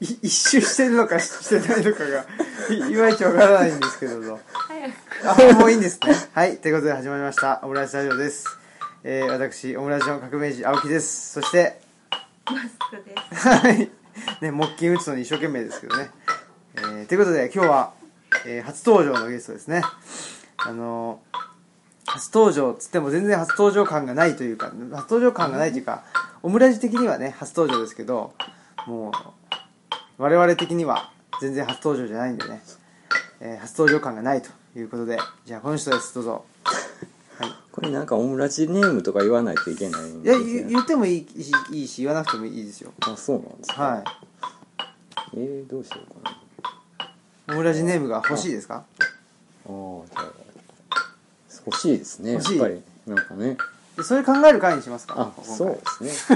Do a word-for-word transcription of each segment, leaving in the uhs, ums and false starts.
一周してるのかしてないのかが い, いまいちわからないんですけどもあもういいんですね。はいということで始まりましたオムライスラジオです、えー、私オムライスの革命児青木です。そしてマスクですはいね木琴打つのに一生懸命ですけどね、えー、ということで今日は、えー、初登場のゲストですね。あのー、初登場つっても全然初登場感がないというか初登場感がないというかオムライス的にはね初登場ですけどもう我々的には全然初登場じゃないんでね、えー、初登場感がないということで、じゃあこの人です、どうぞ。 はい、これなんかオムラジネームとか言わないといけないんいやですね。 言ってもいいし、いいし言わなくてもいいですよ。 あ、そうなんですか。 はい。 えー、どうしようかな。オムラジネームが欲しいですか？ ああ、じゃあ欲しいですね。やっぱりなんかね。 それ考える会にしますか？ あ、そうですね。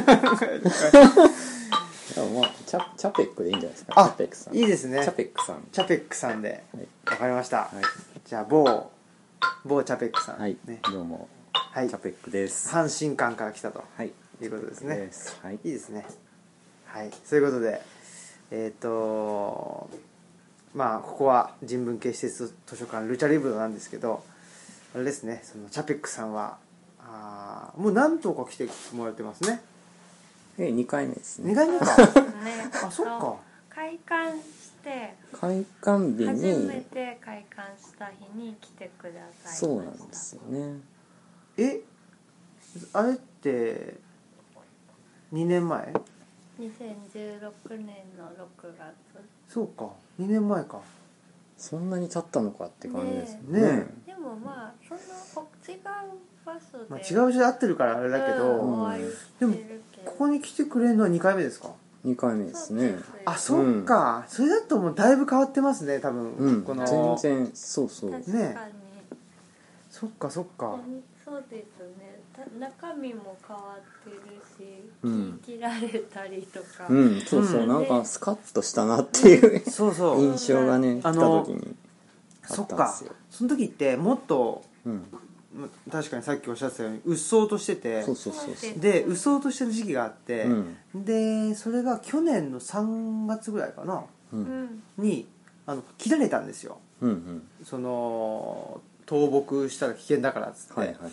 でもまあチャチャペックでいいんじゃないですか。チャペックさん。 いいですね。 チャペックさん。 チャペックさんで。わ、はい、かりました。はい、じゃあ某某チャペックさん。 はい。ね、どうも。はい。チャペックです。 阪神館から来たと。はい。いうことですね。ですはい。いいですね。はい。そういうことで、えっ、ー、とまあここは人文系施設図書館ルチャリブロなんですけど、あれですね。そのチャペックさんはあもう何頭か来てもらってますね。 えにかいめですね。 にかいめか。 ね、 あ、そっか。 開館して開館日に初めて開館した日に来てくださいました。 そうなんですよね。 え、あれってにねんまえ？ にせんじゅうろくねんのろくがつ。 そうか、にねんまえか。 そんなに経ったのかって感じですね。 ねえでもまあその違う場所で、 まあ、違う場所で会ってるからあれだけど、 うん、 でもここに来てくれるのはにかいめですか？ にかいめですね。 あ、そっか、うん、それだともうだいぶ変わってますね多分、 うん、 この全然そうそう確かに、ね、 そっかそっか、 そうですね。中身も変わってるし、 うん、 切られたりとか、 うん、そうそう、うん、なんかスカッとしたなっていうそうそう印象がね来た時にあったんですよ。そっか、 その時ってもっと、 うん、 確かにさっきおっしゃってたようにうっそうとしてて、 そうそうそうそう、 でうっそうとしてる時期があって、 うん、 でそれが去年のさんがつぐらいかな、うん、にあの切られたんですよ、うんうん、その倒木したら危険だからっつって、はいはいはい、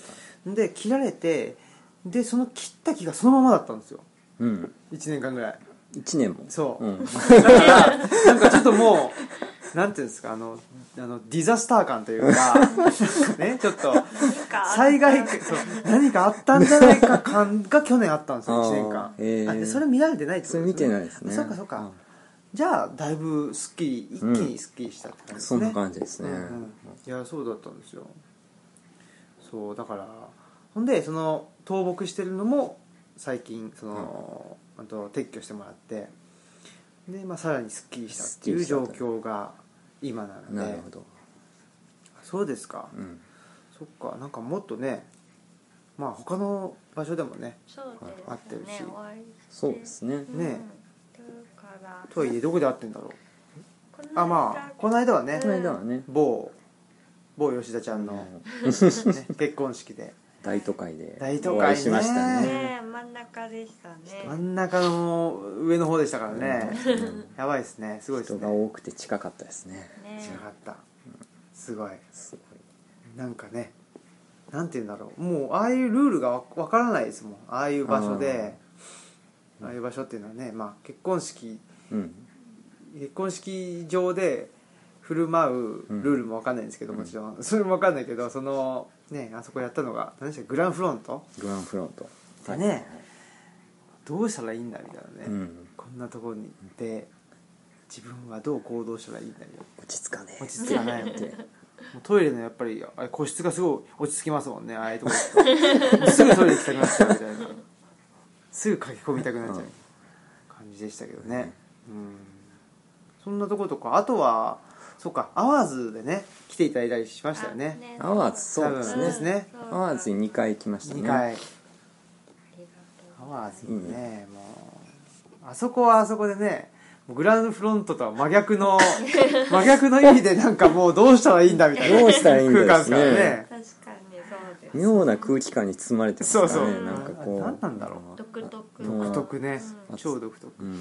で切られて、でその切った木がそのままだったんですよ、うん、いちねんかんぐらい。 いちねんもそう、うん、だからなんかちょっともうなんていうんですか、あのあのディザスター感というかね、ちょっと災害そう何かあったんじゃないか感が去年あったんですよいちねんかん、えー、あでそれ見られてないってことですね。 それ見てないですね。 そうかそうか、うん、じゃあだいぶすっきり一気にすっきりしたって感じですね、 うん、そんな感じですね、うんうん、 いやそうだったんですよ。そうだからほんでその倒木してるのも最近その、うん、あと撤去してもらってで、まあ、さらにすっきりしたっていう状況が今なので。 なるほど。 そうですか、うん、そっか、なんかもっとね、まあ他の場所でもね、 そうですね、 会ってるし、 そうですね、 ね、うん、 からとはいえどこで会ってんだろう。あ、まあこの間はね、 この間はね、 某某吉田ちゃんの、ね、結婚式で大都会で大都会、ね、 しましたね。 ね、真ん中でしたね。 真ん中の上の方でしたからね、うん、やばいですね、すごいですね。 人が多くて近かったですね。 近かった、すごいすごい、なんかね、なんていうんだろう、もうああいうルールがわからないですもん、ああいう場所で、あ, ああいう場所っていうのはね、まあ結婚式、うん、結婚式場で振る舞うルールもわかんないんですけど、うん、もちろんそれもわかんないけど、そのね、あそこやったのが何でしたっけ、グランフロントグランフロントでね、はい、どうしたらいいんだみたいなね、うん、こんなところに行って自分はどう行動したらいいんだよ、 落ち着かねえ、 落ち着かないってもうトイレのやっぱりあれ個室がすごい落ち着きますもんね、ああいうところすぐトイレ行きたくなっちゃうみたいな、すぐ駆け込みたくなっちゃう感じでしたけどね、うん、そんなところとか、あとはそうか、アワーズでね来ていただいたりしましたよね。 ね、アワーズ、そうです ね, ですねアワーズににかい行きましたね。 にかいアワーズにね、うん、もうあそこはあそこでね、グランフロントとは真逆の真逆の意味で、なんかもうどうしたらいいんだみたいなどうしたらいいんだですね、 ね、確かにそうです。 妙な空気感に包まれてますからね。 そうそう、 なんかこう何なんだろう、 独特独特ね、うん、超独特、 うん、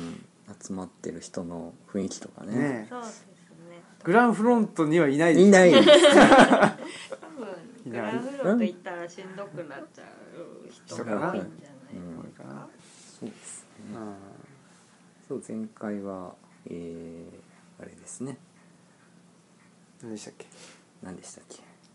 集まってる人の雰囲気とかねねそうですね。 グランフロントにはいないですいないです多分グランフロント行ったらしんどくなっちゃう人が多いんじゃないですか。 そうですね、 うんそう前回はえー、あれですね何でしたっけ何でしたっけ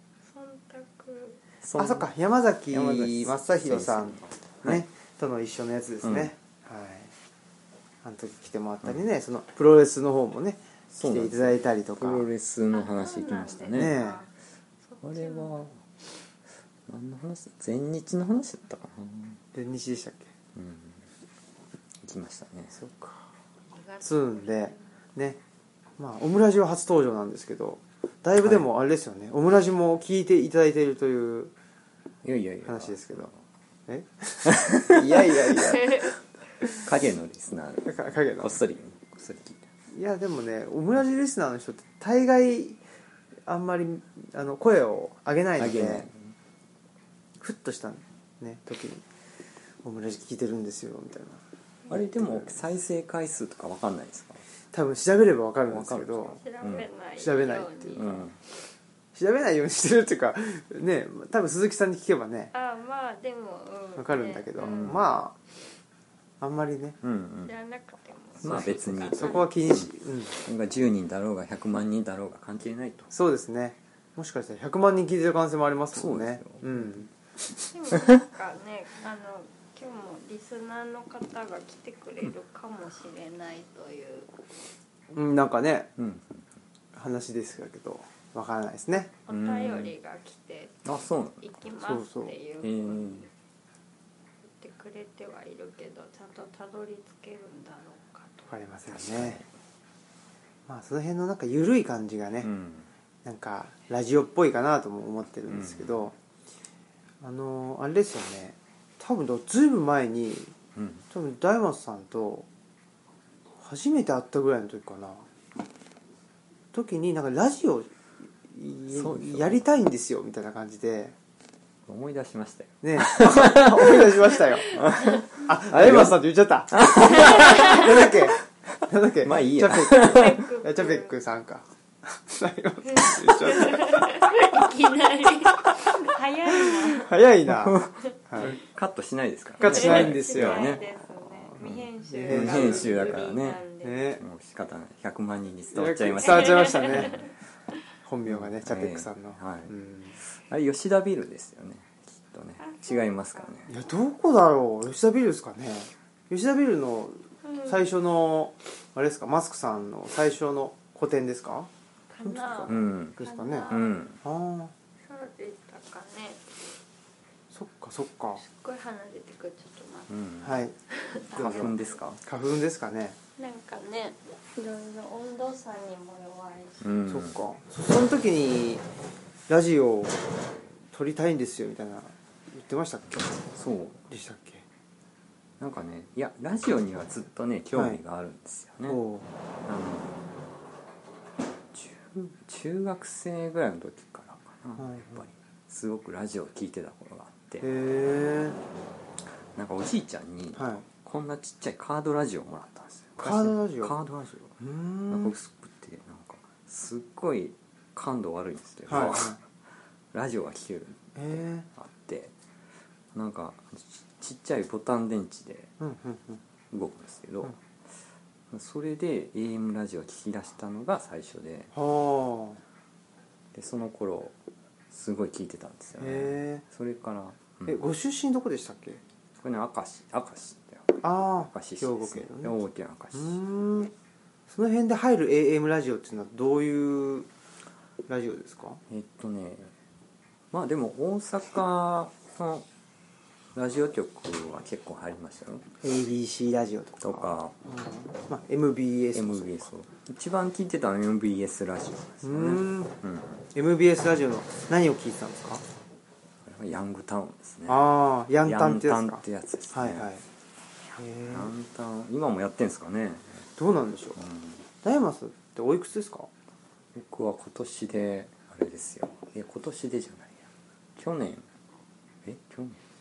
忖度あそっか山崎山崎正弘さん先生のね、 はいとの一緒のやつですね、 うんはいあの時来てもらったりね、そのプロレスの方もねそうなんです来ていただいたりとかプロレスの話行きましたねねあれは何の話全日の話だったかな全日でしたっけうん行きましたねそっかつうんでねまあオムラジは初登場なんですけどだいぶでもあれですよね、はい、オムラジも聞いていただいているといういやいやいや話ですけどえいやいやいや影のリスナー影のこっそりこっそり聞いていやでもねオムラジリスナーの人って大概あんまりあの声を上げないのであげないふっとしたね時にオムラジ聞いてるんですよみたいなあれでも再生回数とかわかんないですか多分調べれば分かるんですけど調べない調べないっていうか、 うん調べないようにしてるっていうかね多分鈴木さんに聞けばねあまあでも、うん、 分かるんだけど、 うんまああんまりねうんうん知らなくてもまあ別にそこは気にし、うん、 それがじゅうにんだろうがひゃくまんにんだろうが関係ないとそうですねもしかしたらひゃくまん人聞いてる可能性もありますもんねそうですよん、 でもなんかねあの今日もリスナーの方が来てくれるかもしれないといううん、なんかねうん話ですけど分からないですねお便りが来てあそうなの行きますっていうふうにえー言ってくれてはいるけどちゃんとたどり着けるんだろうかと分かりませんねまあその辺のなんか緩い感じがね、 うんなんかラジオっぽいかなとも思ってるんですけど、あのあれですよね多分ずいぶん前にうん多分大松さんと初めて会ったぐらいの時かな時になんかラジオそうですよやりたいんですよみたいな感じで思い出しましたよね思い出しましたよあ大松さんって言っちゃったなんだっけなんだっけまあいいやチャペックチャペックさんか大松さんって言っちゃったいきなり早いな早いな、はい、 カットしないですからねカットしないんですよしないねですね未編集未編集だからねねもう仕方ないひゃくまんにんに伝わっちゃいまし伝わたっちゃいましたね本名がねチャペックさんの、 はいうんあれ吉田ビルですよねきっとね違いますかねいやどこだろう吉田ビルですかね吉田ビルの最初のあれですかマスクさんの最初の個展ですかかなうんですかねあうんあそうでしたかねそっかそっかすっごい鼻出てくるちょっと待って、 うんはい花粉ですか花粉ですかね、 なんかねいろいろ温度差にも弱いし、 うんそっかそその時にラジオを撮りたいんですよみたいな言ってましたっけそうでしたっけなんかねいやラジオにはずっとね興味があるんですよね、 おうあの中中学生ぐらいの時からかな、 はいはいやっぱりすごくラジオを聞いてた頃があってへえなんかおじいちゃんにはいこんなちっちゃいカードラジオをもらったんですよカードラジオカードラジオうーなんかん薄くてなんかすっごい感度悪いんですけど、 はいはいラジオが聴けるへえあってなんかちちっちゃいボタン電池でうんうんうん動くんですけど、それで エーエム ラジオを聞き出したのが最初ではでその頃すごい聞いてたんですよあねへそれから、うんええご出身どこでしたっけこれね明石明石だよああ明石市兵庫ですね県のね兵庫県明石う市ーんその辺で入る エーエム ラジオっていうのはどういうラジオですかえっとねまあでも大阪のラジオ局は結構入りましたよエービーシー ラジオとかとかうんまあ、エムビーエス もそうかエムビーエス 一番聞いてたのは エムビーエス ラジオですうよねーんうんエムビーエス ラジオの何を聞いてたんですかこれはヤングタウンですねああヤンタンってやつかヤンタンってやつですねはいはいへヤえンタン今もやってんですかね、 どうなんでしょううん、 ダイマスっておいくつですか僕は今年であれですよえ今年でじゃないや去年え去年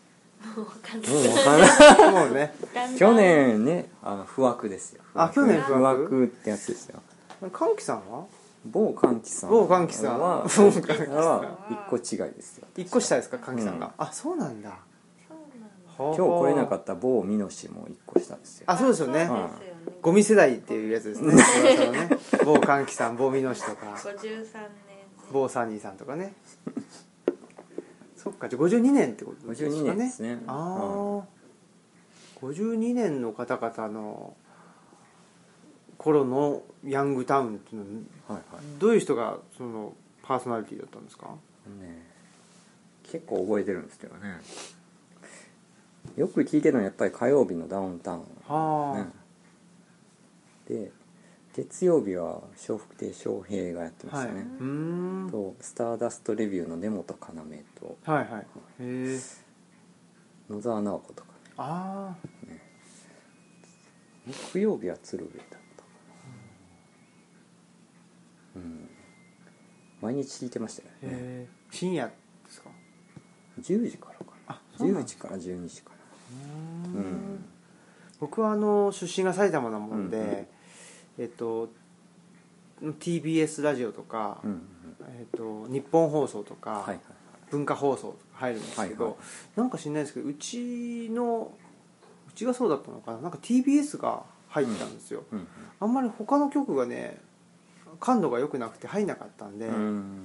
もうわかんないもうわかんないもうねだんだん去年ねあの不惑ですよ。 あ去年不不惑惑ってやつですよ。 歓喜さんは某歓喜さん某歓喜さんは某歓喜さんは一個違いですよ。 一個下ですか歓喜さんが、 うんあそうなんだそうなんだ今日来れなかっった某ミノシも一個下ですよ。 あそうですよね、 そうですよねゴミ世代っていうやつですね噂のね某歓喜さん某美濃氏とかごじゅうさんねん某サニーさんとかねそっかじゃあごじゅうにねんってことですかねごじゅうにねんですね。 ああ、ごじゅうにねんの方々の頃のヤングタウンっていうのははいはい。 どういう人がそのパーソナリティだったんですか？ ね、結構覚えてるんですけどね。よく聞いてるのはやっぱり火曜日のダウンタウン、 はあ、 ね、で月曜日は笑福亭笑瓶がやってましはい、 たね、 うーんとスターダストレビューの根本要とはいはいへえ野沢直子とか、 ああ木曜日は鶴瓶だったかな、うん、毎日聞いてましたよね。 へえ深夜ですか？ じゅうじからかな、 あそうなん 10時からじゅうにじかな。 うーうんん僕はあの出身が埼玉なもんで、 うんうんえっと ティービーエス ラジオとか、 うんうんえっと日本放送とか、 はいはい文化放送とか入るんですけど、 はいはいなんか知んないですけどうちのうちがそうだったのかななんか ティービーエス が入ってたんですよ、 うんうんあんまり他の局がね感度が良くなくて入んなかったんで、 うん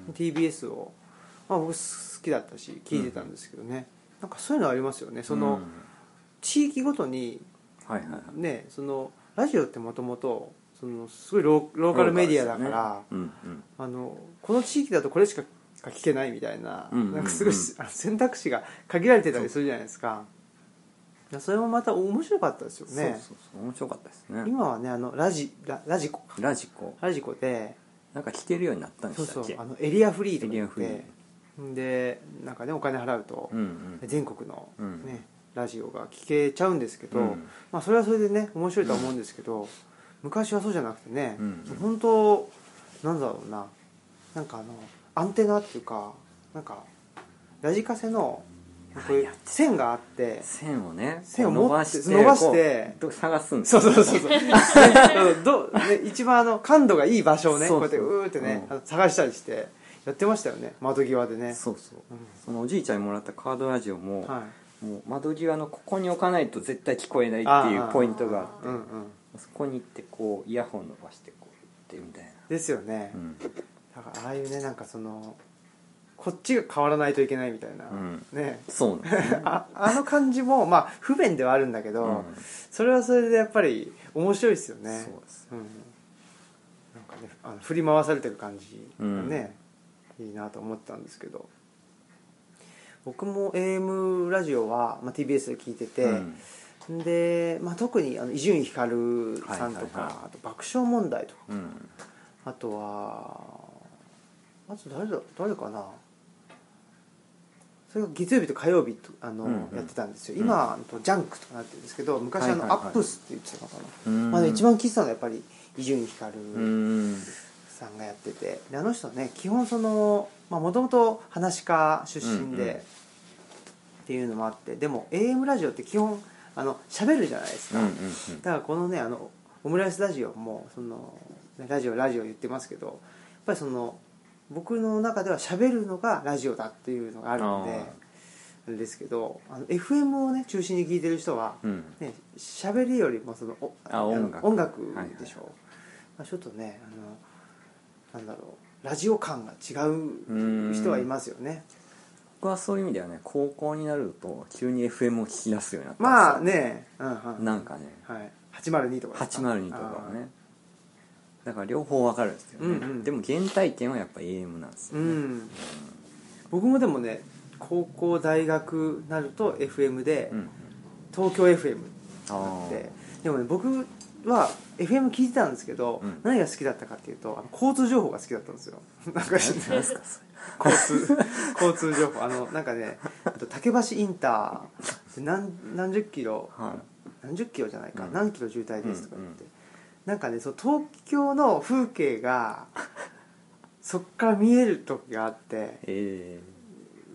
ティービーエス を、まあ、僕好きだったし聞いてたんですけどね、なんかそういうのありますよねその、 うん地域ごとにはいはいはいねそのラジオってもともとそのすごいローローカルメディアだから、 ローカルですよねうんうんあのこの地域だとこれしか聞けないみたいな、 うんうんうんなんかすごいあの選択肢が限られてたりするじゃないですか。いやそれもまた面白かったですよね。 そうそうそう面白かったですね。 今はねあのラジララジコかラジコラジコでなんか聞けるようになったんでそうしたっけ？ そうあのエリアフリーとかエリアフリ言ってでなんかねお金払うと、 うんうん全国の、ねうんラジオが聞けちゃうんですけど、 うんまあ、それはそれでね面白いとは思うんですけど、昔はそうじゃなくてね、 うんうん本当なんだろうななんかあのアンテナっていうかなんかラジカセのこういう線があって線をね線を持って伸ばして伸ばしてこう探すんですそうそうそうそうでどね一番あの感度がいい場所をねそうそうこうやってうーってね、 うんあの探したりしてやってましたよね窓際でね。 そうそう、 うんそのおじいちゃんにもらったカードラジオも、 はいもう窓際のここに置かないと絶対聞こえないっていうポイントがあってうんうんそこに行ってこうイヤホン伸ばしてこうやってみたいな、 ですよね、 うんだからああいうねなんかそのこっちが変わらないといけないみたいな、 うんねそうなんですねああの感じもまあ不便ではあるんだけど、 うんそれはそれでやっぱり面白いですよね。 そうですうん、なんかねあの振り回されてる感じがね、いいなと思ってたんですけど僕も エーエム ラジオは、まあ、ティービーエス で聞いてて、 うんで、まあ、特に伊集院光さんとか、 はいはいはいあと爆笑問題とかうんあとはあと誰だ誰かなそれが月曜日と火曜日とあの、 うんうんやってたんですようん今、あのジャンクとかなってるんですけど昔あの、 はいはいはいアップスって言ってたのかな、 うんまあね、一番聞いてたのはやっぱり伊集院光うんさんがやっててであの人ね基本そのもともと話し家出身で、 うんうんっていうのもあってでも エーエム ラジオって基本あの喋るじゃないですか、 うんうんうんだからこのねあのオムライスラジオもそのラジオラジオ言ってますけどやっぱりその僕の中では喋るのがラジオだっていうのがあるんでああれですけどあの エフエム をね中心に聞いてる人は、 うんね、喋りよりもそのおあ音楽音楽でしょ、 はいはいまあ、ちょっとねあのなんだろうラジオ感が違う人はいますよね。 僕はそういう意味ではね高校になると急に エフエム を聞き出すようになったまあんですよね、うんうん、 なんかねはい、はちまるにとかはちまるにとかはねだから両方わかるんですよね、 うんうんでも原体験はやっぱ エーエム なんですよね、 うん、僕もでもね高校大学なると エフエム で、 うん東京 エフエムあがあってーでもね僕は エフエム 聞いてたんですけど、 うん何が好きだったかっていうとあの交通情報が好きだったんですよなんか知んない何ですかそれ交通交通情報あのなんかねあと竹橋インターで何何十キロは何十キロじゃないか、 うん何キロ渋滞ですとか言って、 うんなんかねその東京の風景がそっから見える時があっていえ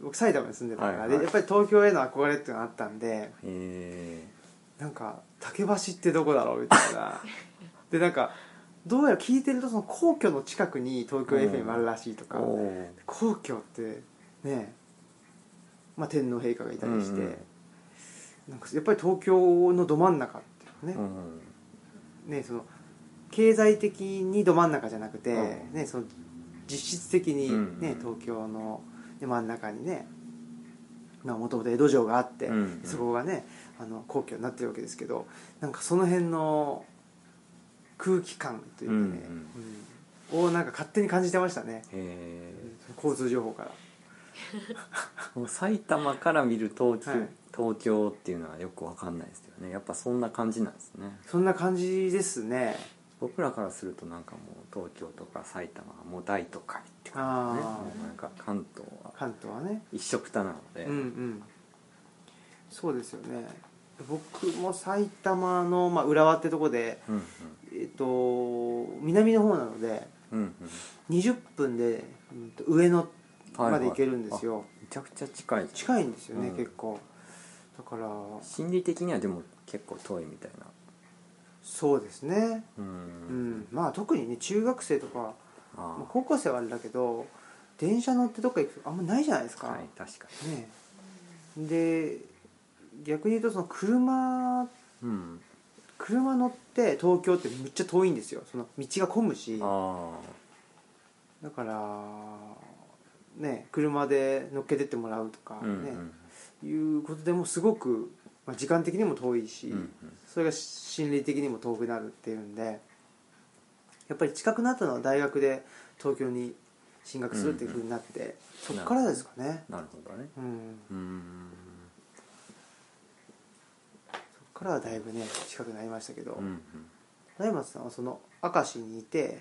僕埼玉に住んでたから、 はいはいでやっぱり東京への憧れっていうのがあったんで、 へえなんか竹橋ってどこだろうみたいなでなんかどうやら聞いてるとその皇居の近くに東京 エフエム あるらしいとか、 おー皇居ってね、まあ、天皇陛下がいたりして、 うんうんなんかやっぱり東京のど真ん中っていうね、 うんねその経済的にど真ん中じゃなくて、 うんね、その実質的に、ねうん東京の真ん中にねもともと江戸城があって、 うんうん、 そこがねあの皇居になってるわけですけど、なんかその辺の空気感というかね、うんうん、をなんか勝手に感じてましたね、 へ交通情報からもう埼玉から見る東京、 はい東京っていうのはよく分かんないですよね。やっぱそんな感じなんですね。 そんな感じですね。 僕らからするとなんかもう東京とか埼玉はもう大都会って感じですね。もうなんか関東は関東はね一緒くたなので、 うんうんそうですよね。僕も埼玉の、まあ、浦和ってとこで、 うんえっと南の方なのでうんうんにじゅっぷんで、うんと上野うん、 まで行けるんですよ、 はいはい、めちゃくちゃ近い。 近いんですよね、 うん結構だから心理的にはでも結構遠いみたいな。 そうですね、 ううんん、まあ特にね中学生とか、 あまあ、高校生はあれだけど電車乗ってどっか行くとあんまないじゃないですか、 はい確かねで逆に言うとその車に、うん、 車乗って東京ってめっちゃ遠いんですよ。その道が混むし、 あだからね車で乗っけてってもらうとかあ、 ね、 うんうん、 いうことでもすごく、まあ、時間的にも遠いし、 うんうんそれが心理的にも遠くなるっていうんでやっぱり近くなったのは大学で東京に進学するっていうふうになって、うんうん、そっからですかね。 なるほどね。 うん、 うんそっからはだいぶね近くなりましたけど、 うんうん、 大松さんはその明石にいて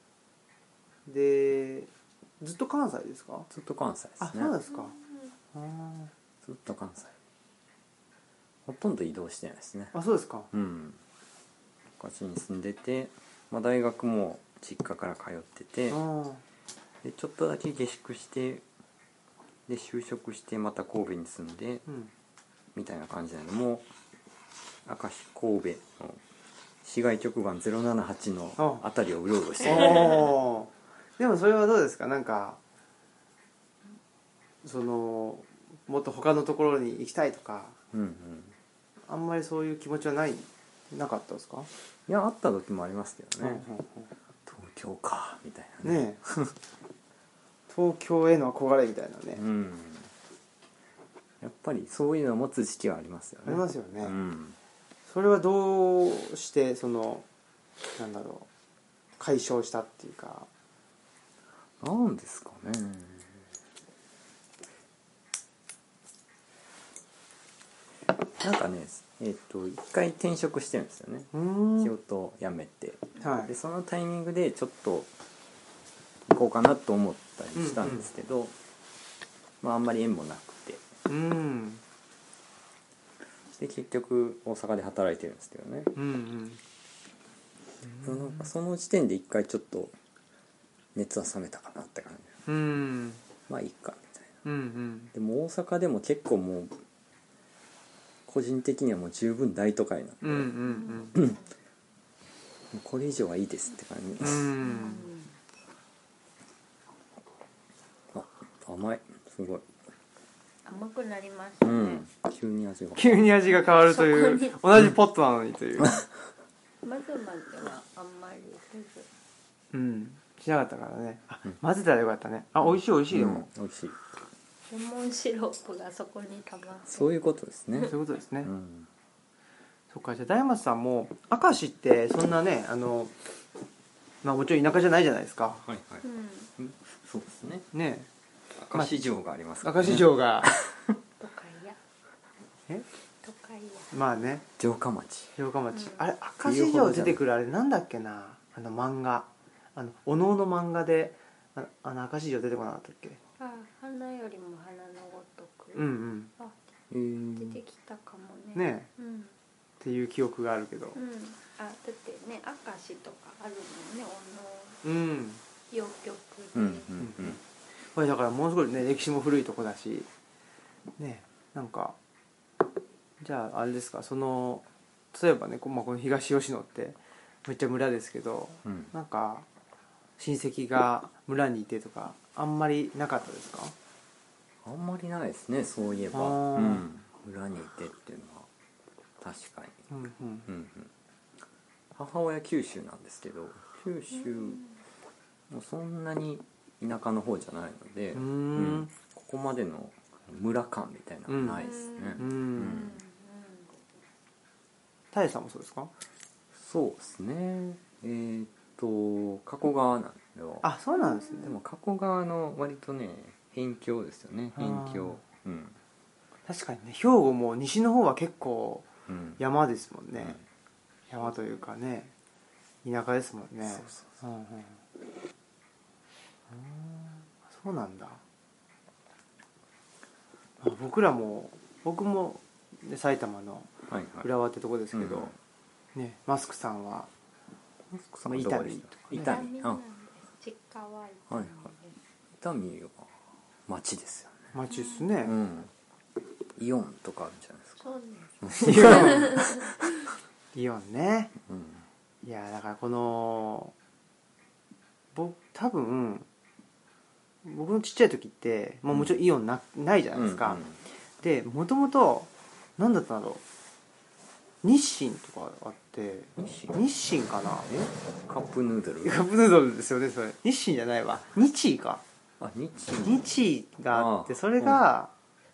でずっと関西ですか？ ずっと関西ですね。 あ、そうですか。 ずっと関西。ほとんど移動してないですね。 あ、そうですか。 うん。昔に住んでて、まあ、大学も実家から通ってて、でちょっとだけ下宿してで就職してまた神戸に住んで、 うん、 みたいな感じなので、もう明石神戸の市街直番ゼロななはちのあたりをうろうろしてる。 おでもそれはどうですか？なんかそのもっと他のところに行きたいとか、 うんうん、 あんまりそういう気持ちはないなかったですか？ いやあった時もありますけどね、 うんうんうん、 東京かみたいなね。 ねえ東京への憧れみたいなね、 うん、やっぱりそういうのを持つ時期はありますよね。 ありますよね、 うん、 それはどうしてそのなんだろう解消したっていうか。 なんですかね。なんかね、えー、と一回転職してるんですよね。 うーん仕事を辞めて、 はい、 でそのタイミングでちょっと行こうかなと思ったりしたんですけど、うんうん、まあ、あんまり縁もなくて、 うんで結局大阪で働いてるんですけどね、 うんうんうん、なんかその時点で一回ちょっと熱は冷めたかなって感じ。 うんまあいいかみたいな。 うんうんでも大阪でも結構もう個人的にはもう十分大都会なんで、 うんうんうんもうこれ以上はいいですって感じです。 うんあ、甘い、すごい。 甘くなりましたね、 うん、急に味が急に味が変わるという同じポットなのにというまずまずはあんまりせずうんしなかったからね。あ、 うん混ぜたらよかったね。あ、美味しい美味しいでも、 うん、美味しい。 レモンシロップがそこにたまってそういうことですね。 そういうことですね、 うん、 そっか。じゃあ大松さんも明石ってそんなねあのまあもちろん田舎じゃないじゃないですか。 はいはい、 うん、 うん、そうですね。 ね明石城がありますから、 明石城が都会やえ都会やまあね城下町。 城下町、 うんあれ明石城出てくるあれなんだっけな、あの漫画あのお能の漫画でああの明石城出てこなかったっけ？ あ、花よりも花のごとく、 うんうんあ、 えー、 出てきたかもね。 ねえうん、 っていう記憶があるけど、 うん、あ、だってね、明石とかあるもんね、 うん、 おの謡曲で、 うんうんうん。 ぱりだからものすごいね歴史も古いとこだしね、なんかじゃああれですか、その例えばねこ、まあ、この東吉野ってめっちゃ村ですけど、 うん、 なんか親戚が村にいてとかあんまりなかったですか？ あんまりないですね、そういえば、 あーうん、村にいてっていうのは確かに、 うんうんうんうん、母親九州なんですけど、九州もそんなに田舎の方じゃないので、 うーんうん、ここまでの村感みたいなのはないですね、 うんうんタイさんもそうですか？ そうですね、えーっと加古川なんだよ。 あ、そうなんですね。 でも加古川の割とね辺境ですよね、辺境、うん確かにね、兵庫も西の方は結構うん、 山ですもんね、 うん山というかね田舎ですもんね。 そうそうそう、 うんうん、そうなんだ。あ、僕らも僕も、ね、埼玉のはいはい、 浦和ってとこですけど、 うんね、マスクさんはマスクさんまあはどこでした？ 伊丹伊丹、あ、 なんです実家は伊丹です、 伊丹は町ですよね、 街っすね、 うん、イオンとかあるんじゃないですか。 そうですイオンイオンね。 うん、 いやだからこの僕多分僕のちっちゃい時って、まあ、もちろんイオン な,、ないじゃないですか、 うんうん、 でもともと何だったんだろう、日清とかあって、 日清日清かな、 えカップヌードル、 カップヌードルですよねそれ。日清じゃないわ、日清か、 あ、日清、 日清があって、 ああそれが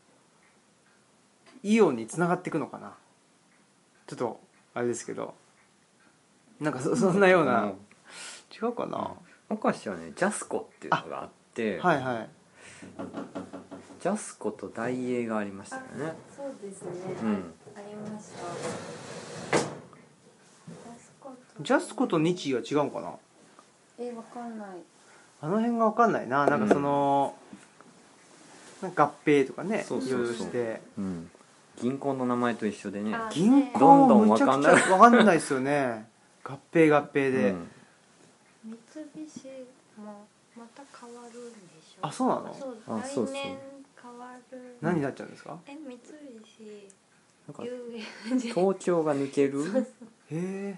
イオンに繋がっていくのかな、ちょっとあれですけど、なんか そ, そんなような、違うかな、 昔はねジャスコっていうのがあって、 はいはい、 ジャスコとダイエーがありましたよね。 そうですね、 うんありました。ジャスコとジャスコと日清は違うんかな、 えわかんない。 あの辺が分かんないな、なんかその、うん、なんか合併とかね、 そうそうそういろいろして、 うん、銀行の名前と一緒でね、 あ銀行どんどんむちゃくちゃ分かん分かんないですよね合併合併で、 うん、 三菱もまた変わるんでしょ。 あ、そうなの、 そう、 あそうそう来年変わる。 何になっちゃうんですか、 え、三菱なんかユーエフジェー東京が抜けるへえ、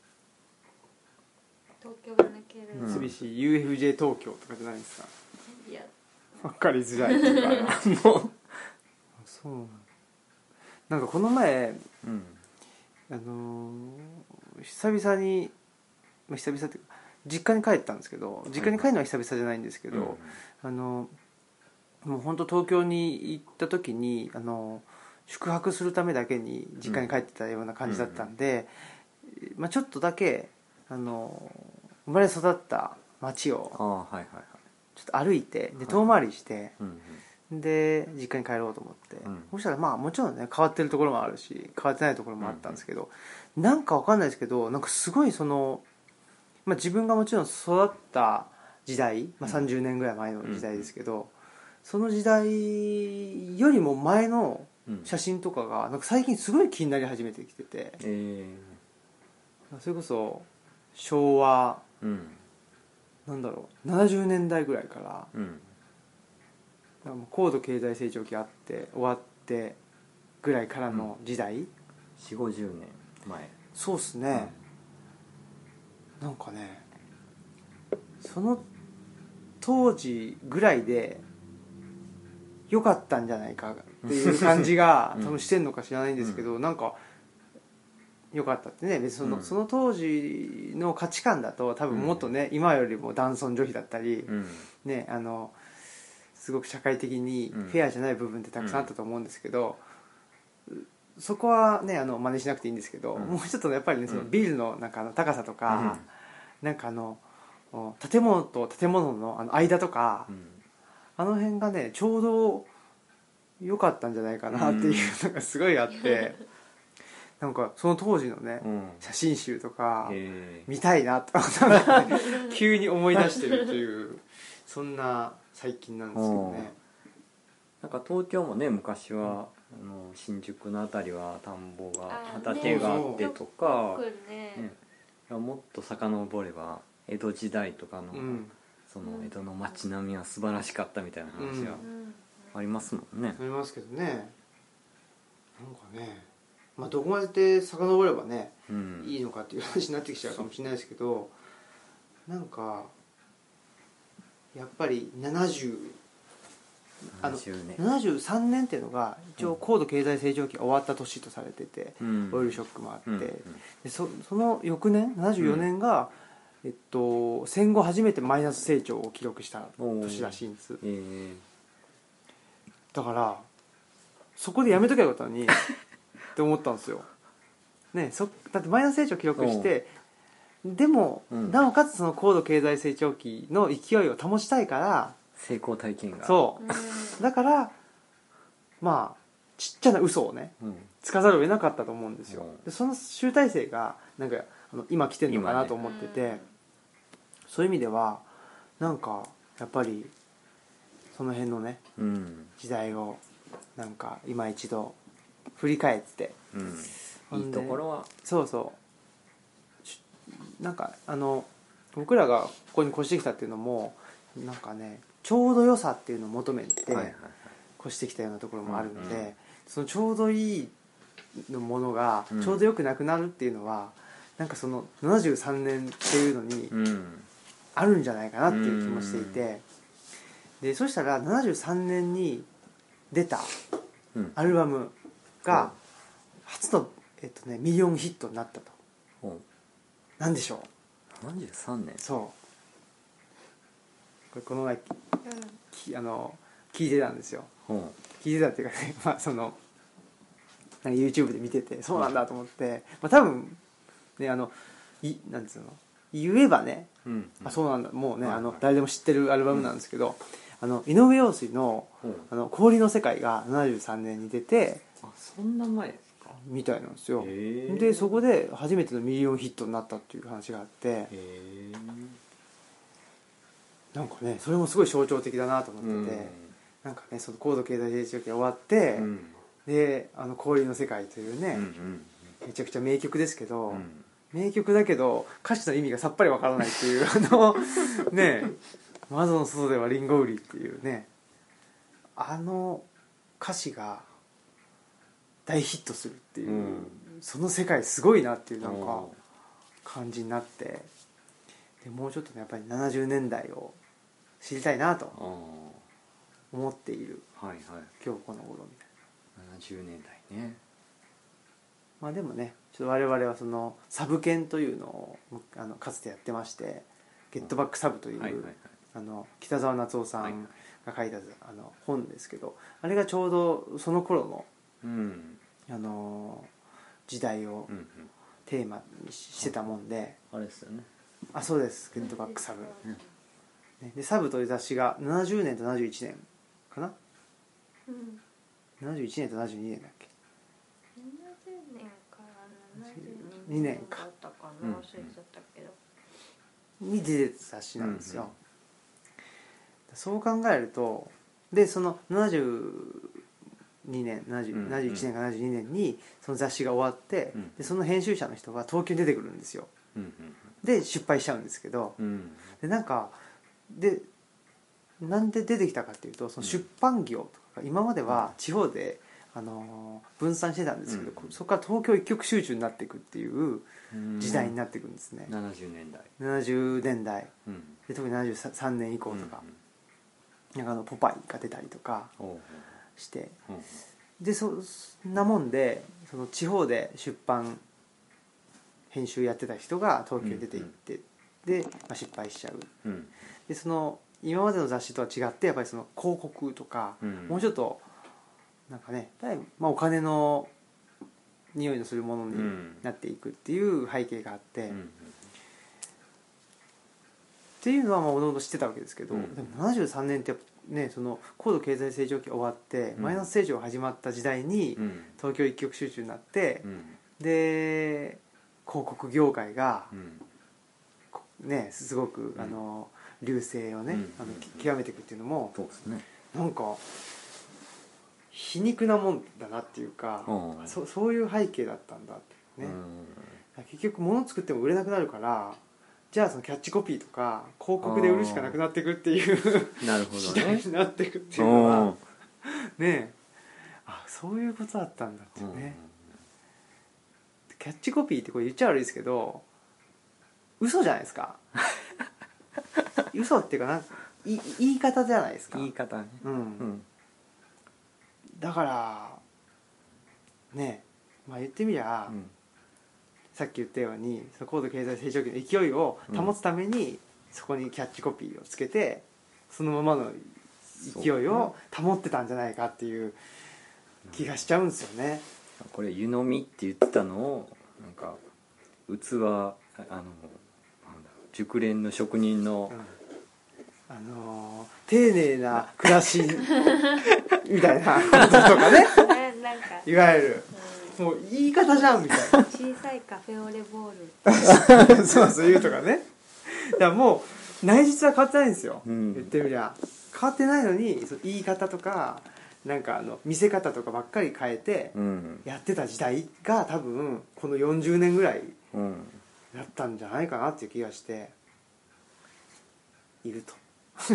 東京が抜ける、 うん三菱 ユーエフジェー 東京とかじゃないですか、 いや分かりづらいっていうかもうそうなんかこの前うんあのー、久々に、まあ、久々っていうか実家に帰ったんですけど、実家に帰るのは久々じゃないんですけど、 うんあのもう本当東京に行った時にあの宿泊するためだけに実家に帰ってたような感じだったんで、まあ、ちょっとだけあの生まれ育った街をああはいはいはいちょっと歩いてで遠回りして、 うんで実家に帰ろうと思って、 うんそしたらまあもちろんね変わってるところもあるし変わってないところもあったんですけど、なんかわかんないですけどなんかすごいその、まあ、自分がもちろん育った時代、まあ、さんじゅうねんぐらい前の時代ですけど、その時代よりも前のうん写真とかがなんか最近すごい気になり始めてきてて、 えそれこそ昭和ー、うんなんだろうななじゅうねんだいぐらいからうんなんかもう高度経済成長期あって終わってぐらいからの時代、 よんじゅうごじゅうねんまえそうっすね、なんかねその当時ぐらいで良かったんじゃないかっていう感じがうん多分してんのか知らないんですけど、なんか良かったってね、別にその、 うんその当時の価値観だと多分もっとね、今よりも男尊女卑だったり、 うんね、あのすごく社会的にうんフェアじゃない部分ってたくさんあったと思うんですけど、そこはねあの真似しなくていいんですけど、 うんもうちょっとやっぱりねそのうんビルのなんかあの高さとか、なんかあのお建物と建物のあの間とか、 うんあの辺がねちょうど良かったんじゃないかなっていうのがすごいあって、なんかその当時のねうん写真集とかへー見たいなとなんかね急に思い出してるというそんな最近なんですけどね。 なんか東京もね昔はあの新宿のあたりは田んぼがあ畑があってとか、 よくねね、もっと遡れば江戸時代とかのうんその江戸の街並みは素晴らしかったみたいな話がうんありますもんね。 ありますけどね。なんかね、まあどこまでって遡ればね、 うん、 いいのかっていう話になってきちゃうかもしれないですけど、なんかやっぱりななじゅうあのななじゅうねんななじゅうさんねんっていうのが一応高度経済成長期が終わった年とされてて、 うんオイルショックもあって、 うんうんで そ, その翌年ななじゅうよねんが、えっと、戦後初めてマイナス成長を記録した年らしいんです。 えー、 だからそこでやめときゃよかったのにって思ったんですよ、ね、そだってマイナス成長を記録してでも、 うん、 なおかつその高度経済成長期の勢いを保ちたいから成功体験がそうだからまあちっちゃな嘘をねうん、 つかざるを得なかったと思うんですよ、 うん、 でその集大成がなんかあの今来てるのかなと思ってて、 ね、 そういう意味ではなんかやっぱりその辺のね、 うん、 時代をなんか今一度振り返って、 うん、いいところはそうそうなんかあの僕らがここに越してきたっていうのもなんかねちょうど良さっていうのを求めてはいはいはい、 越してきたようなところもあるので、 うんうん、 そのちょうどいいのものがちょうどよくなくなるっていうのは、うん、なんかそのななじゅうさんねんっていうのにあるんじゃないかなっていう気もしていて、でそしたらななじゅうさんねんに出たアルバムが初の、えっとね、ミリオンヒットになったと、うん、なんでしょう。 ななじゅうさんねんそうこれこの前、うん、あの聞いてたんですよ、うん、聞いてたっていうかね、まあ、そのなんか YouTube で見ててそうなんだと思って、うん、まあ、多分ねあのいなんつうの言えばね、うんうん、あそうなんだもうね、はいはい、あの誰でも知ってるアルバムなんですけど、うん、あの井上陽水 の,、うん、あの氷の世界がななじゅうさんねんに出て、 あそんな前ですかみたいなんですよ。でそこで初めてのミリオンヒットになったっていう話があって、へなんかねそれもすごい象徴的だなと思ってて、うん、なんかねその高度経済成長期が終わって、うん、であの氷の世界というね、うんうん、めちゃくちゃ名曲ですけど、うん、名曲だけど歌詞の意味がさっぱりわからないっていうあのね窓の外ではリンゴ売りっていうねあの歌詞が大ヒットするっていう、うん、その世界すごいなっていうなんか感じになって、でもうちょっとねやっぱりななじゅうねんだいを知りたいなと思っている、はいはい、今日この頃みたいななじゅうねんだいね。 まあでもねちょっと我々はそのサブ研というのをあのかつてやってましてゲットバックサブという、はいはいはい、あの北澤夏夫さんが書いたあの本ですけど、あれがちょうどその頃の、うん、あの時代をテーマにしてたもんで、 うんうん、あれですよね。 あそうですゲットバックサブ、うんでサブという雑誌がななじゅうねんとななじゅういちねんかな、うん、ななじゅういちねんとななじゅうにねんだっけ。 ななじゅうねんからななじゅうにねんだったかな、忘れちゃったけど、 に出てた雑誌なんですよ、うんうん、そう考えるとでそのななじゅうにねんななじゅう、うんうん、ななじゅういちねんかななじゅうにねんにその雑誌が終わって、うん、でその編集者の人が東京に出てくるんですよ、うんうん、で出版しちゃうんですけど、うん、でなんかでなんで出てきたかっていうとその出版業とか今までは地方で、あのー、分散してたんですけど、うん、そこから東京一極集中になっていくっていう時代になっていくんですね、 うん、ななじゅうねんだいななじゅうねんだい、うん、で特にななじゅうさんねん以降とか、うん、なんかあのポパイが出たりとかして、うん、でそんなもんでその地方で出版編集やってた人が東京に出て行って、うんうん、で、まあ、失敗しちゃう、うん、でその今までの雑誌とは違ってやっぱりその広告とか、うん、もうちょっとなんかね、まあ、お金の匂いのするものになっていくっていう背景があって、うん、っていうのはもともと知ってたわけですけど、うん、でもななじゅうさんねんってねその高度経済成長期終わって、うん、マイナス成長が始まった時代に、うん、東京一極集中になって、うん、で広告業界が、うん、ねすごく、うん、あの隆盛をね、うん、あの極めていくっていうのも、 そうですね、 なんか皮肉なもんだなっていうか、うん、そ, そういう背景だったんだってね、うん、結局物作っても売れなくなるからじゃあそのキャッチコピーとか広告で売るしかなくなっていくっていうなるほど時代ねになっていくっていうのはねえ、あそういうことだったんだっていうね、キャッチコピーってこれ言っちゃ悪いですけど嘘じゃないですか嘘っていうかなんかい言い方じゃないですか。 言い方ね、 うん、 うん、 だからねえ、まあ言ってみりゃ、 うん、 さっき言ったようにその高度経済成長期の勢いを保つために、そこにキャッチコピーをつけてそのままの勢いを保ってたんじゃないかっていう気がしちゃうんですよね。 これ湯飲みって言ってたのをなんか器あのなんだ熟練の職人の、 うんあのー、丁寧な暮らしみたいなこととかねなんかいわゆる、うん、もう言い方じゃんみたいな小さいカフェオレボールそうそう言うとかね。だからもう内実は変わってないんですよ、 うん、 言ってみりゃ変わってないのにその言い方とかなんかあの見せ方とかばっかり変えてやってた時代が多分このよんじゅうねんぐらいだったんじゃないかなっていう気がしていると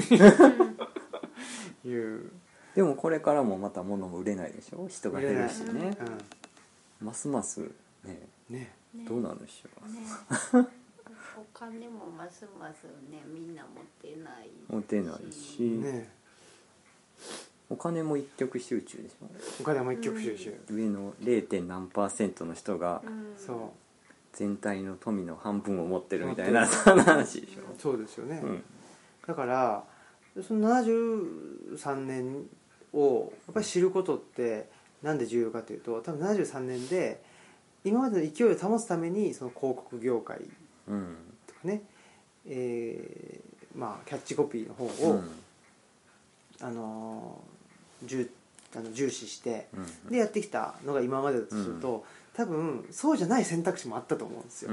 いうでもこれからもまた物も売れないでしょ、人が減るしね、 うん、 ますますねねどうなるんでしょう、 ねお金もますますねみんな持ってない持てないし、 ねお金も一極集中でしょ、 お金も一極集中、 うん、上の ゼロ. 何パーセントの人がそう全体の富の半分を持ってるみたいなそんな話でしょ。 そうですよね、 うん、 だからそのななじゅうさんねんをやっぱり知ることってなんで重要かというと、多分ななじゅうさんねんで今までの勢いを保つためにその広告業界とかね、うんえーまあ、キャッチコピーの方を、うん、あの重, あの重視して、うん、でやってきたのが今までだとすると、うん、多分そうじゃない選択肢もあったと思うんですよ、うん、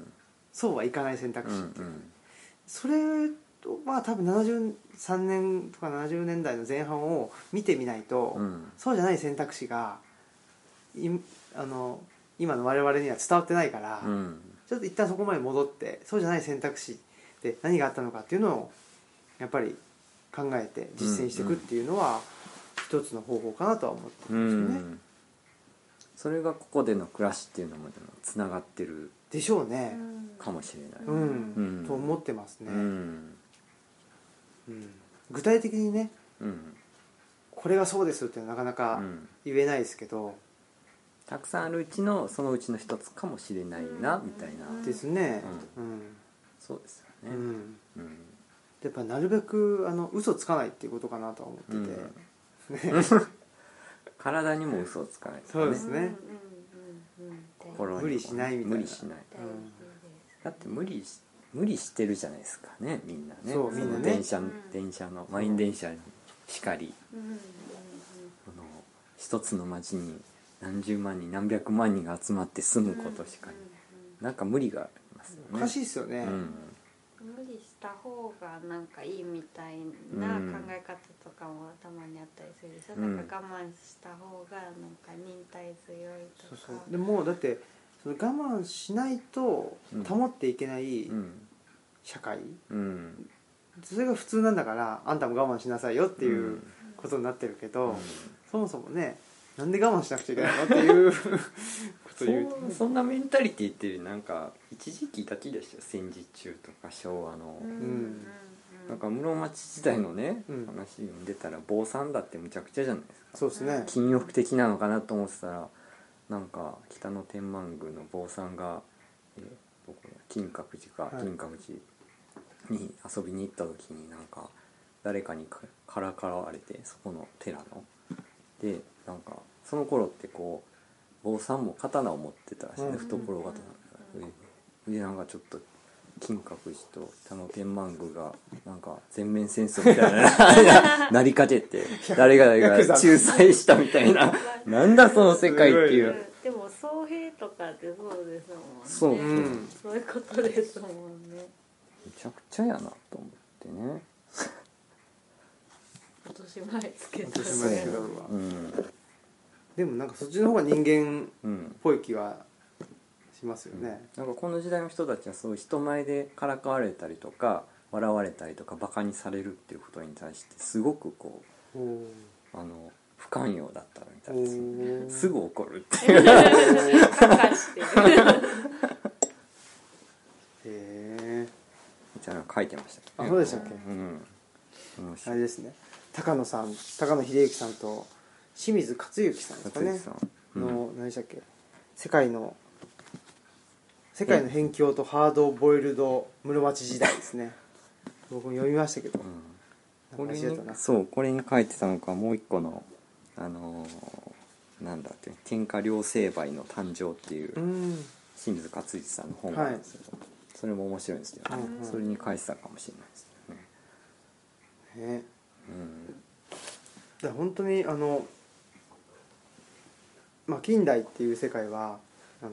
そうはいかない選択肢っていう、うんうん、それとまあ多分ななじゅうさんねんとかななじゅうねんだいの前半を見てみないと、うん、そうじゃない選択肢がいあの今の我々には伝わってないから、うん、ちょっと一旦そこまで戻ってそうじゃない選択肢で何があったのかっていうのをやっぱり考えて実践していくっていうのは一つの方法かなとは思ってるんですよね、うんうん、 それがここでの暮らしっていうのもつながってるでしょうねかもしれない、 うんうん、と思ってますね、 うんうん、具体的にね、うん、これがそうですってなかなか言えないですけど、 たくさんあるうちのそのうちの一つかもしれないなみたいなですね、 うんうん、そうですよね、 うんうん、やっぱなるべくあの嘘つかないっていうことかなとは思ってて、うん、 体にも嘘をつかない、ね、 そうですね、 心に無理しないみたいな、 無理しない、うん、だって無理し無理してるじゃないですかねみんなね、 そうみんなね、 電車電車の満員電車にしかり、うん、この一つの町に何十万人何百万人が集まって住むことしかり、うん、なんか無理がありますよね。 おかしいですよね、うん、 無理した方がなんかいいみたいな考え方とかもたまにあったりするでしょ、うん、なんか我慢した方がなんか忍耐強いとか、そうそうでもだってその我慢しないと保っていけない社会、うんうん、それが普通なんだからあんたも我慢しなさいよっていうことになってるけど、うん、そもそもねなんで我慢しなくちゃいけないのっていうことを言うと、ね、 そ, そんなメンタリティってなんか一時期だけでしたよ、戦時中とか昭和の、うん、なんか室町時代のね、うん、話読んでたら坊さんだってむちゃくちゃじゃないですか。 そうですね、 禁欲的なのかなと思ってたらなんか北の天満宮の坊さんが、えー、どこだ金閣寺か、はい、金閣寺に遊びに行った時になんか誰かにからかわれて、そこの寺のでなんかその頃ってこう坊さんも刀を持ってたらしいね、うん、懐刀でなんかちょっと金閣寺と北の天満宮がなんか全面戦争みたいななりかけて誰が誰が仲裁したみたいななんだその世界っていう。 でも僧兵とかってそうですもんね。 そう、うん、 そういうことですもんね。 めちゃくちゃやなと思ってね。 落とし前つけたら、 うん、でもなんかそっちの方が人間っぽい気はしきますよね、 うん、なんかこの時代の人たちはそういう人前でからかわれたりとか笑われたりとかバカにされるっていうことに対してすごくこうあの不寛容だったみたいです。すぐ怒るっていうカカしてるへえみたいなの書いてましたけどね。 あそうでしたっけ、 うん面白いあれですね高野さん高野秀之さんと清水克行さんですかねさん、うん、 の何でしたっけ世界の世界の辺境とハードボイルド室町時代ですね僕も読みましたけど、 うん、これになんか忘れたなそうこれに書いてたのかもう一個のあのー、なんだって喧嘩両成敗の誕生っていううん清水克行さんの本があるんですけど、はい、それも面白いんですよね、うんうん、それに書いてたかもしれないですね。 ね、 うん、 だから本当にあの、まあ、近代っていう世界はあのー、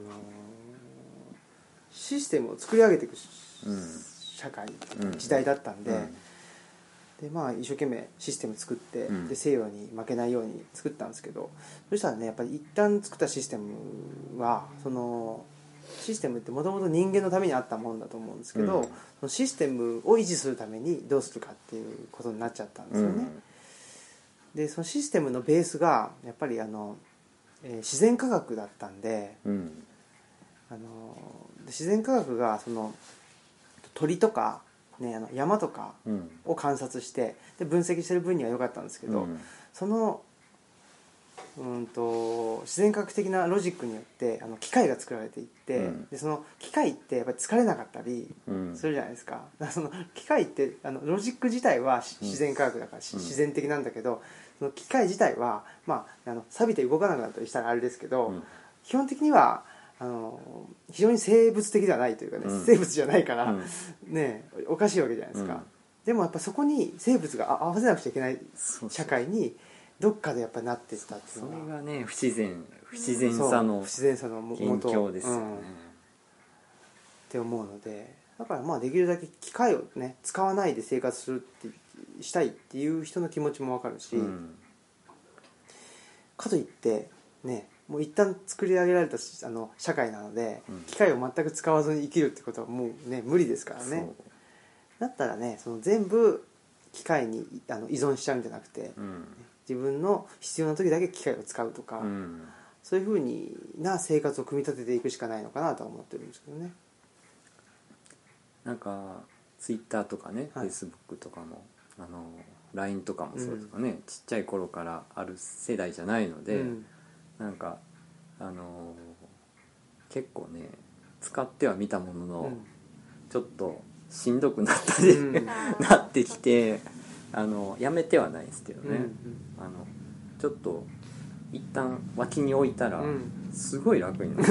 システムを作り上げていく、うん、社会、うん、時代だったんで、うん、でまあ、一生懸命システム作って、うん、で西洋に負けないように作ったんですけどそしたらねやっぱり一旦作ったシステムはそのシステムってもともと人間のためにあったもんだと思うんですけど、うん、そのシステムを維持するためにどうするかっていうことになっちゃったんですよね、うん、でそのシステムのベースがやっぱりあの、えー、自然科学だったんで、うん、あの自然科学がその鳥とか、ね、あの山とかを観察してで分析してる分には良かったんですけど、うん、そのうんと自然科学的なロジックによってあの機械が作られていって、うん、でその機械ってやっぱり疲れなかったりするじゃないですか、うん、だからその機械ってあのロジック自体は自然科学だから、うん、自然的なんだけどその機械自体は、まあ、あの錆びて動かなくなったりしたらあれですけど、うん、基本的にはあの非常に生物的ではないというかね、うん、生物じゃないから、うん、ねおかしいわけじゃないですか、うん、でもやっぱそこに生物が合わせなくちゃいけない社会にどっかでやっぱりなっていったっていうのがそれがね不自然不自然さの不自然さの元ですよね、うん、 って思うのでだからまあできるだけ機械をね使わないで生活するってしたいっていう人の気持ちも分かるし、うん、かといってねもう一旦作り上げられたあの社会なので、うん、機械を全く使わずに生きるってことはもうね無理ですからね。だったらねその全部機械にあの依存しちゃうんじゃなくて、うん、自分の必要な時だけ機械を使うとか、うん、そういう風にな生活を組み立てていくしかないのかなとは思ってるんですけどね。 なんかツイッターとかね、はい、フェイスブックとかもあの ライン とかもそうとかね、うん、ちっちゃい頃からある世代じゃないので、うん、なんかあの結構ね使ってはみたものの、うん、ちょっとしんどくなったり、うん、なってきてあのやめてはないですけどね、うんうん、あのちょっと一旦脇に置いたらすごい楽になった、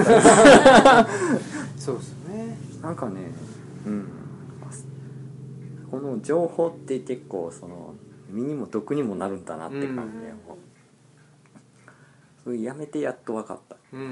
そうですね。 なんかね、うん、この情報って結構その身にも毒にもなるんだなって感じで、うん、それやめてやっと分かった、うん、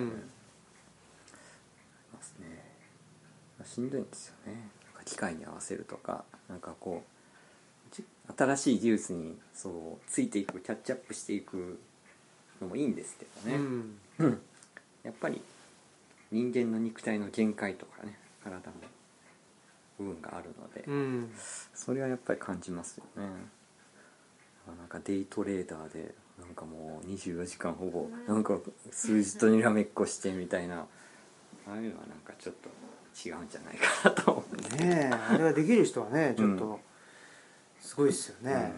ますね。しんどいんですよね。なんか機械に合わせるとかなんかこう新しい技術にそうついていくキャッチアップしていくのもいいんですけどね、うんうん、やっぱり人間の肉体の限界とかね体の部分があるので、うん、それはやっぱり感じますよね。なんかデイトレーダーでなんかもうにじゅうよじかんほぼなんか数字とにらめっこしてみたいなああいうのはなんかちょっと違うんじゃないかなと思ってねえあれはできる人はねちょっとすごいですよね、うんうん、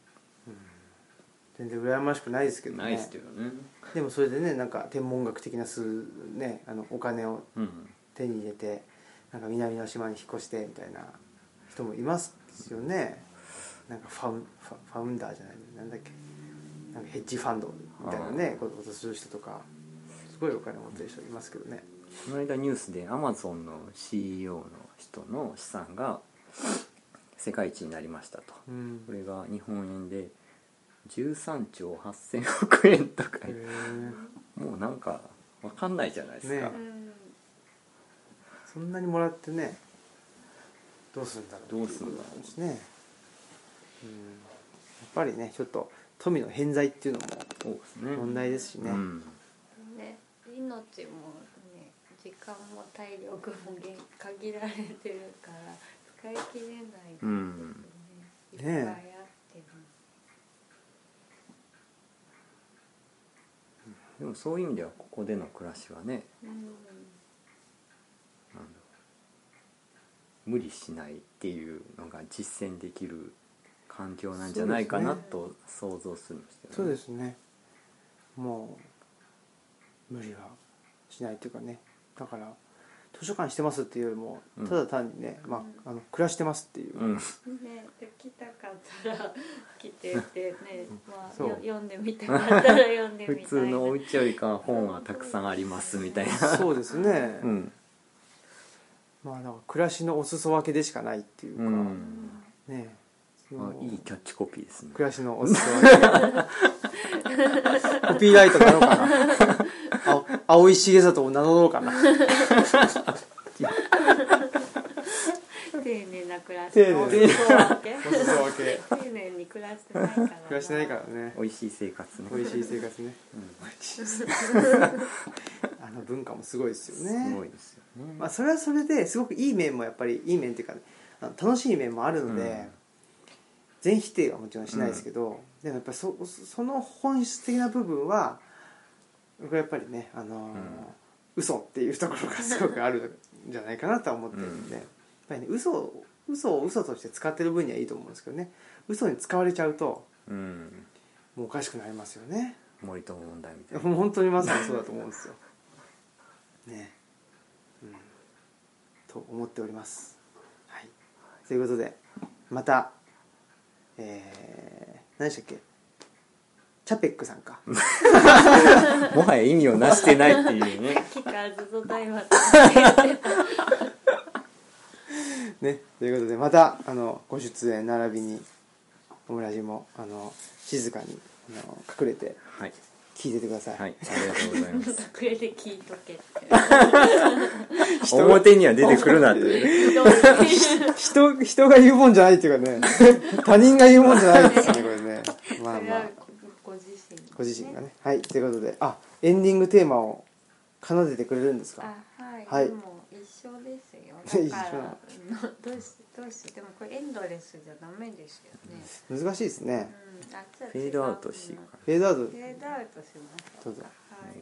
全然羨ましくないですけどね。 ないですけどね。 でもそれでねなんか天文学的な数、ね、あのお金を手に入れて、なんか南の島に引っ越してみたいな人もいますよね。なんかファウン、ファ、ファウンダーじゃないなんだっけなんかヘッジファンドみたいなねことをする人とかすごいお金を持ってる人いますけどね。 この間ニュースでアマゾンの シーイーオー の人の資産が世界一になりましたと、うん、これが日本円でじゅうさんちょうはっせんおくえんとかもうなんか分かんないじゃないですか、ね、 そんなにもらってねどうするんだろうどうするんだろうですね、うん、やっぱりねちょっと富の偏在っていうのも問題ですしね、うん、 ね命もね時間も体力も限限られてるから使い切れないですよね、 うんいっぱいあっても、 でもそういう意味ではここでの暮らしはね、 うん、 なんだろう、無理しないっていうのが実践できる環境なんじゃないかなと想像するんですけどね。 そうですね。もう無理はしないというかね。だから図書館してますっていうよりもうんただ単にね、まあ、あの暮らしてますっていう、 うん、 ね、で来たかったら来ててね、まあ、 そうよ読んでみたかったら読んでみたいな普通のお家よりかは本はたくさんありますみたいな。 そうですね、 うん、 まあなんか暮らしのお裾分けでしかないっていうか、 うんね、そあのいいキャッチコピーですね。 暮らしのお裾分けコピーライトなのかな青青井重里を名乗ろうかな丁寧な暮らし丁寧なのお裾分けお裾分け丁寧に暮らしてないからな暮らしてないからね、 美味しい生活ね。 美味しい生活ね、 うん美味しい生活あの文化もすごいですよね。 すごいですよね。 まあ、それはそれですごくいい面もやっぱりいい面っていうか、ね、あの楽しい面もあるので、 うん全否定はもちろんしないですけど、でもやっぱり そ, その本質的な部分は僕はやっぱりね、あのーうん嘘っていうところがすごくあるんじゃないかなとは思ってるんで、 うんやっぱりね、嘘を嘘を嘘として使ってる分にはいいと思うんですけどね、嘘に使われちゃうとうん、 もうおかしくなりますよね。 森友問題みたいな。 もう本当にまさにそうだと思うんですよね、うん、と思っております。はい、ということでまた、えー、何でしたっけ、チャペックさんかもはや意味をなしてないっていうね。 聞かずと大和って言ってたね、ということでまたあのご出演並びにオムラジもあの静かにあの隠れてはい聞いててください、 はい、ありがとうございます。 隠れて聞いとけって表には出てくるなっていう。 ひどい人人が言うもんじゃないっていうかね他人が言うもんじゃないですねこれね。まあまあそれはご自身、ね、 ご自身がね。はい、ということで、あ、エンディングテーマを奏でてくれるんですか。 あ、はい、 はいでも一緒ですよ。 一緒だからのどうしどうしでもこれエンドレスじゃダメですよね。 難しいですね。 うん、あじゃあフェードアウトしていくかフェードアウトフェードアウトしましょう。 どうぞ。 はい。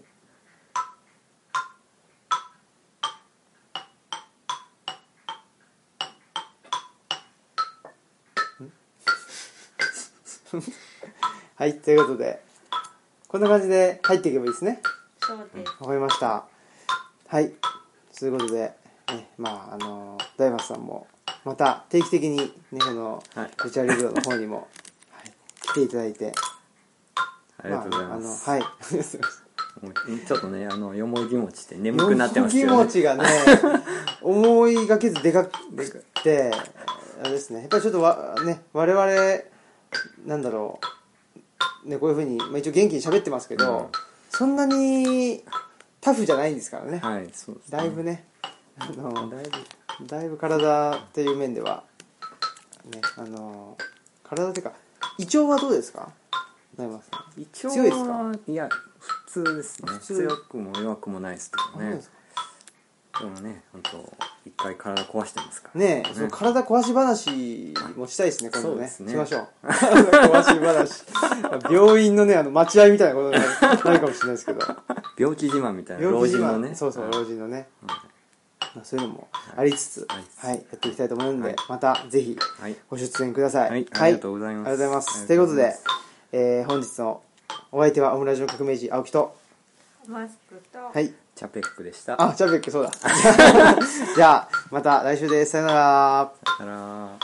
はい、ということでこんな感じで入っていけばいいですね。 そうです。 わかりました。はい、ということで、ね、まああの大松さんもまた定期的にねこのはいルチャリブロの方にも、はい、来ていただいて、 ありがとうございます。 あ、あのはい。 もうちょっとね、あのよもぎ餅って眠くなってますけよどね。 もぎ餅がね思いがけずでかくてあれですね、やっぱりちょっとわね我々なんだろうね、こういうふうに、まあ、一応元気に喋ってますけど、 うんそんなにタフじゃないんですからね。 はい、そうですね。 だいぶね、あのだいぶだいぶ体っていう面ではね、あの体っていうか胃腸はどうですか、大松さん。 胃腸は強いですか。 いや普通ですね。 普通強くも弱くもないですけどねそうです。かでもね、本当一回体壊してますからねえ、その体壊し話もしたいですね、今度ね。 そうですねしましょう。体壊し話。病院のね、あの待合みたいなことになるなるかもしれないですけど。 病気自慢みたいな病気自慢老人のね。 そうそう、 はい老人のね。 うんまあ、そういうのもありつつ、 はいはい、やっていきたいと思うので、 はいまたぜひはいご出演ください。 はいありがとうございますありがとうございます。 ありということでがとうございます、 えー本日のお相手はオムラジの革命児青木と、 マスクと、 はい、 チャペックでした。 あ、チャベックそうだ。じゃあまた来週です。さよなら。 さよなら。